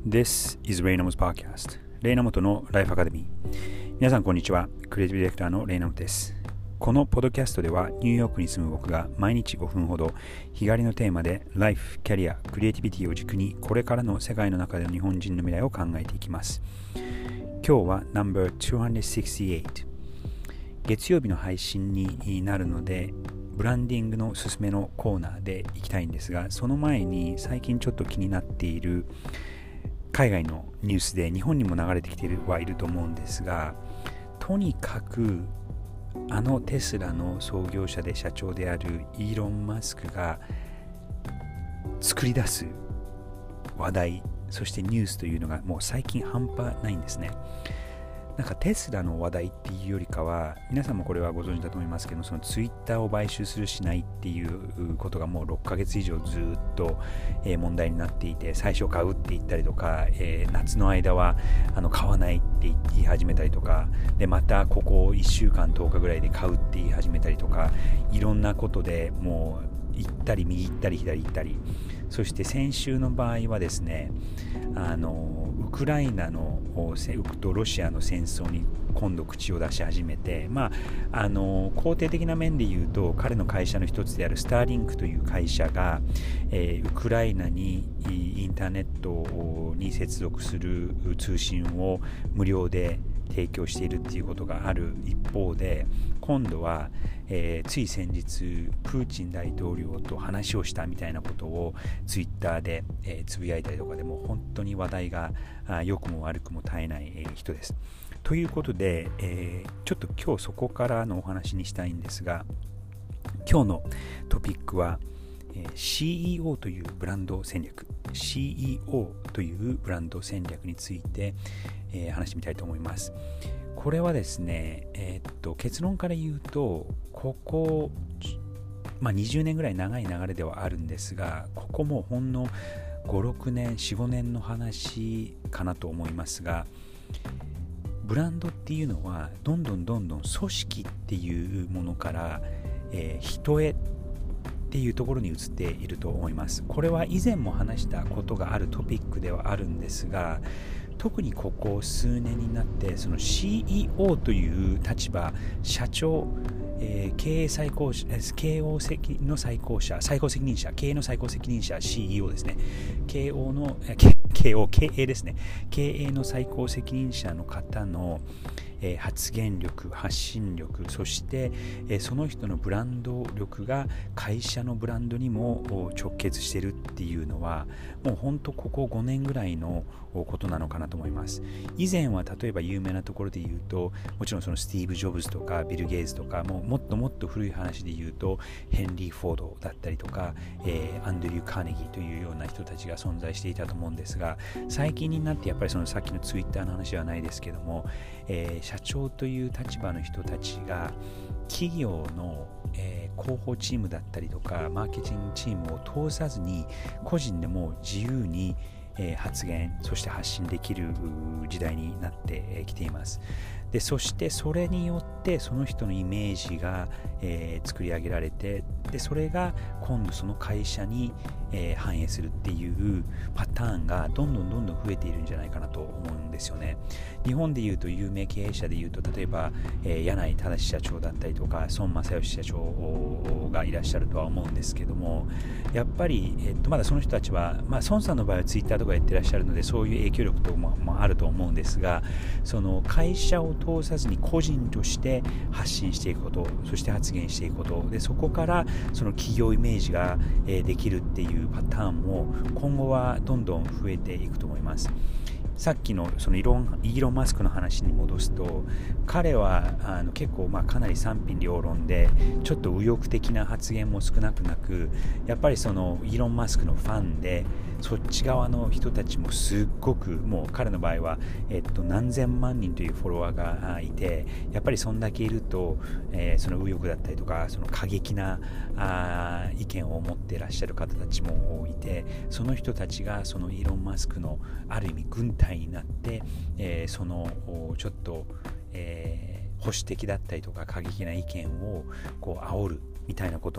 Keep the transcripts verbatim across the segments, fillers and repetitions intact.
This is Raynamo's Podcast レイナモトのライフアカデミー。皆さんこんにちは。クリエイティブディレクターのレイナモトです。このポッドキャストではニューヨークに住む僕が毎日ごふんほど日帰りのテーマでライフ、キャリア、クリエイティビティを軸にこれからの世界の中での日本人の未来を考えていきます。今日は ナンバーにひゃくろくじゅうはち 月曜日の配信になるのでブランディングのすすめのコーナーでいきたいんですが、その前に最近ちょっと気になっている海外のニュースで日本にも流れてきているはいると思うんですが、とにかくあのテスラの創業者で社長であるイーロン・マスクが作り出す話題、そしてニュースというのがもう最近半端ないんですね。なんかテスラの話題っていうよりかは、皆さんもこれはご存知だと思いますけど、そのツイッターを買収するしないっていうことがもうろっかげつ以上ずっと問題になっていて、最初買うって言ったりとか、えー、夏の間はあの買わないって言い始めたりとかで、またここいっしゅうかんとおかぐらいで買うって言い始めたりとか、いろんなことでもう行ったり右行ったり左行ったり、そして先週の場合はですね、あのウクライナのとロシアの戦争に今度口を出し始めて、まあ、あの肯定的な面で言うと、彼の会社の一つであるスターリンクという会社が、えー、ウクライナにインターネットに接続する通信を無料で提供しているっていうことがある一方で、今度は、えー、つい先日プーチン大統領と話をしたみたいなことをツイッターで、えー、つぶやいたりとかで、もう本当に話題が良くも悪くも絶えない、えー、人です。ということで、えー、ちょっと今日そこからのお話にしたいんですが、今日のトピックは、えー、シーイーオー というブランド戦略 シーイーオー というブランド戦略について、えー、話してみたいと思います。これはですね、えー、っと結論から言うと、ここ、まあ、にじゅうねんぐらい長い流れではあるんですが、ここもほんのご、ろくねん、よん、ごねんの話かなと思いますが、ブランドっていうのはどんどんどんどん組織っていうものから、えー、人へっていうところに移っていると思います。これは以前も話したことがあるトピックではあるんですが、特にここ数年になってその シーイーオー という立場、社長、えー、経営最高経営の最高者最高責任者経営の最高責任者 シーイーオー ですね。経営の経営経営ですね。経営の最高責任者の方のえー、発言力、発信力、そして、えー、その人のブランド力が会社のブランドにも直結しているっていうのは、もう本当ここごねんぐらいのことなのかなと思います。以前は例えば有名なところで言うと、もちろんそのスティーブ・ジョブズとかビル・ゲイツとか、もうもっともっと古い話で言うとヘンリー・フォードだったりとか、えー、アンドリュー・カーネギーというような人たちが存在していたと思うんですが、最近になってやっぱりそのさっきのツイッターの話ではないですけども、えー社長という立場の人たちが企業の、えー、広報チームだったりとかマーケティングチームを通さずに個人でも自由に、えー、発言、そして発信できる時代になってきています。でそしてそれによってその人のイメージが、えー、作り上げられて、でそれが今度その会社に、えー、反映するっていうパターンがどんどんどんどん増えているんじゃないかなと思うんですよね。日本でいうと有名経営者でいうと、例えば、えー、柳井正社長だったりとか孫正義社長がいらっしゃるとは思うんですけども、やっぱり、えー、とまだその人たちは、まあ、孫さんの場合はツイッターとかやってらっしゃるのでそういう影響力とかも、まあ、あると思うんですが、その会社を通さずに個人として発信していくこと、そして発言していくことで、そこからその企業イメージが、えー、できるっていうパターンも今後はどんどん増えていくと思います。さっきのそのイーロン、イーロン・マスクの話に戻すと、彼はあの結構まあかなり賛否両論で、ちょっと右翼的な発言も少なくなく、やっぱりそのイーロン・マスクのファンで、そっち側の人たちもすっごく、もう彼の場合は、えっと、何千万人というフォロワーがいて、やっぱりそんだけいると、えー、その右翼だったりとか、その過激なあ意見を持っていらっしゃる方たちもいて、その人たちがそのイーロン・マスクのある意味軍隊になって、えー、そのちょっと、えー、保守的だったりとか過激な意見をこう煽るみたいなことも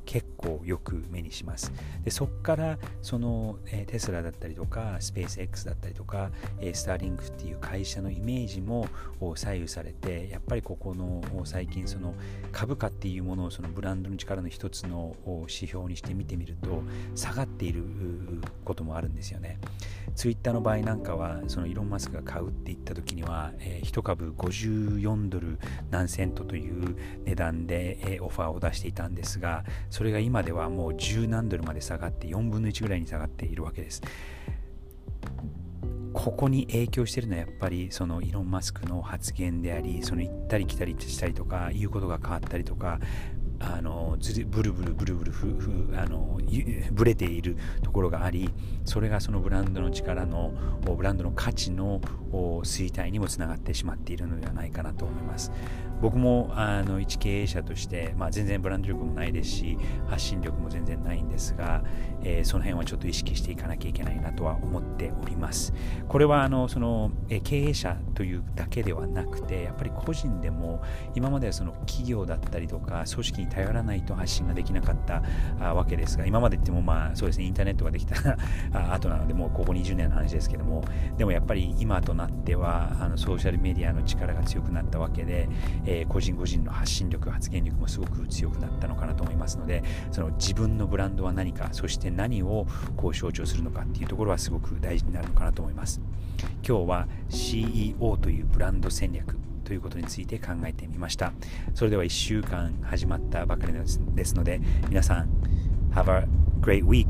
結構よく目にします。でそこからその、えー、テスラだったりとかスペース X だったりとか、えー、スターリンクっていう会社のイメージも左右されて、やっぱりここの最近その株価っていうものをそのブランドの力の一つの指標にして見てみると下がっていることもあるんですよね。ツイッターの場合なんかはそのイーロン・マスクが買うって言った時には、えー、いち株ごじゅうよんドル何セントという値段で、えー、オファーを出していたんですが、それが今ではもうじゅう何ドルまで下がってよんぶんのいちぐらいに下がっているわけです。ここに影響しているのはやっぱりそのイーロン・マスクの発言であり、その行ったり来たりしたりとか言うことが変わったりとか、あのずるブルブルブルブルふふあのブレているところがあり、それがそのブランドの力のブランドの価値の衰退にもつながってしまっているのではないかなと思います。僕もあの一経営者として、まあ、全然ブランド力もないですし発信力も全然ないんですが、えー、その辺はちょっと意識していかなきゃいけないなとは思っております。これはあのその、えー、経営者というだけではなくて、やっぱり個人でも今まではその企業だったりとか組織に頼らないと発信ができなかったあわけですが、今までってもまあそうですね、インターネットができた後なのでもうここにじゅうねんの話ですけども、でもやっぱり今となってはあのソーシャルメディアの力が強くなったわけで、えー、個人個人の発信力発言力もすごく強くなったのかなと思いますので、その自分のブランドは何か、そして何をこう象徴するのかっていうところはすごく大事になるのかなと思います。今日は シーイーオー というブランド戦略ということについて考えてみました。それではいっしゅうかん始まったばかりですので、皆さん Have a great week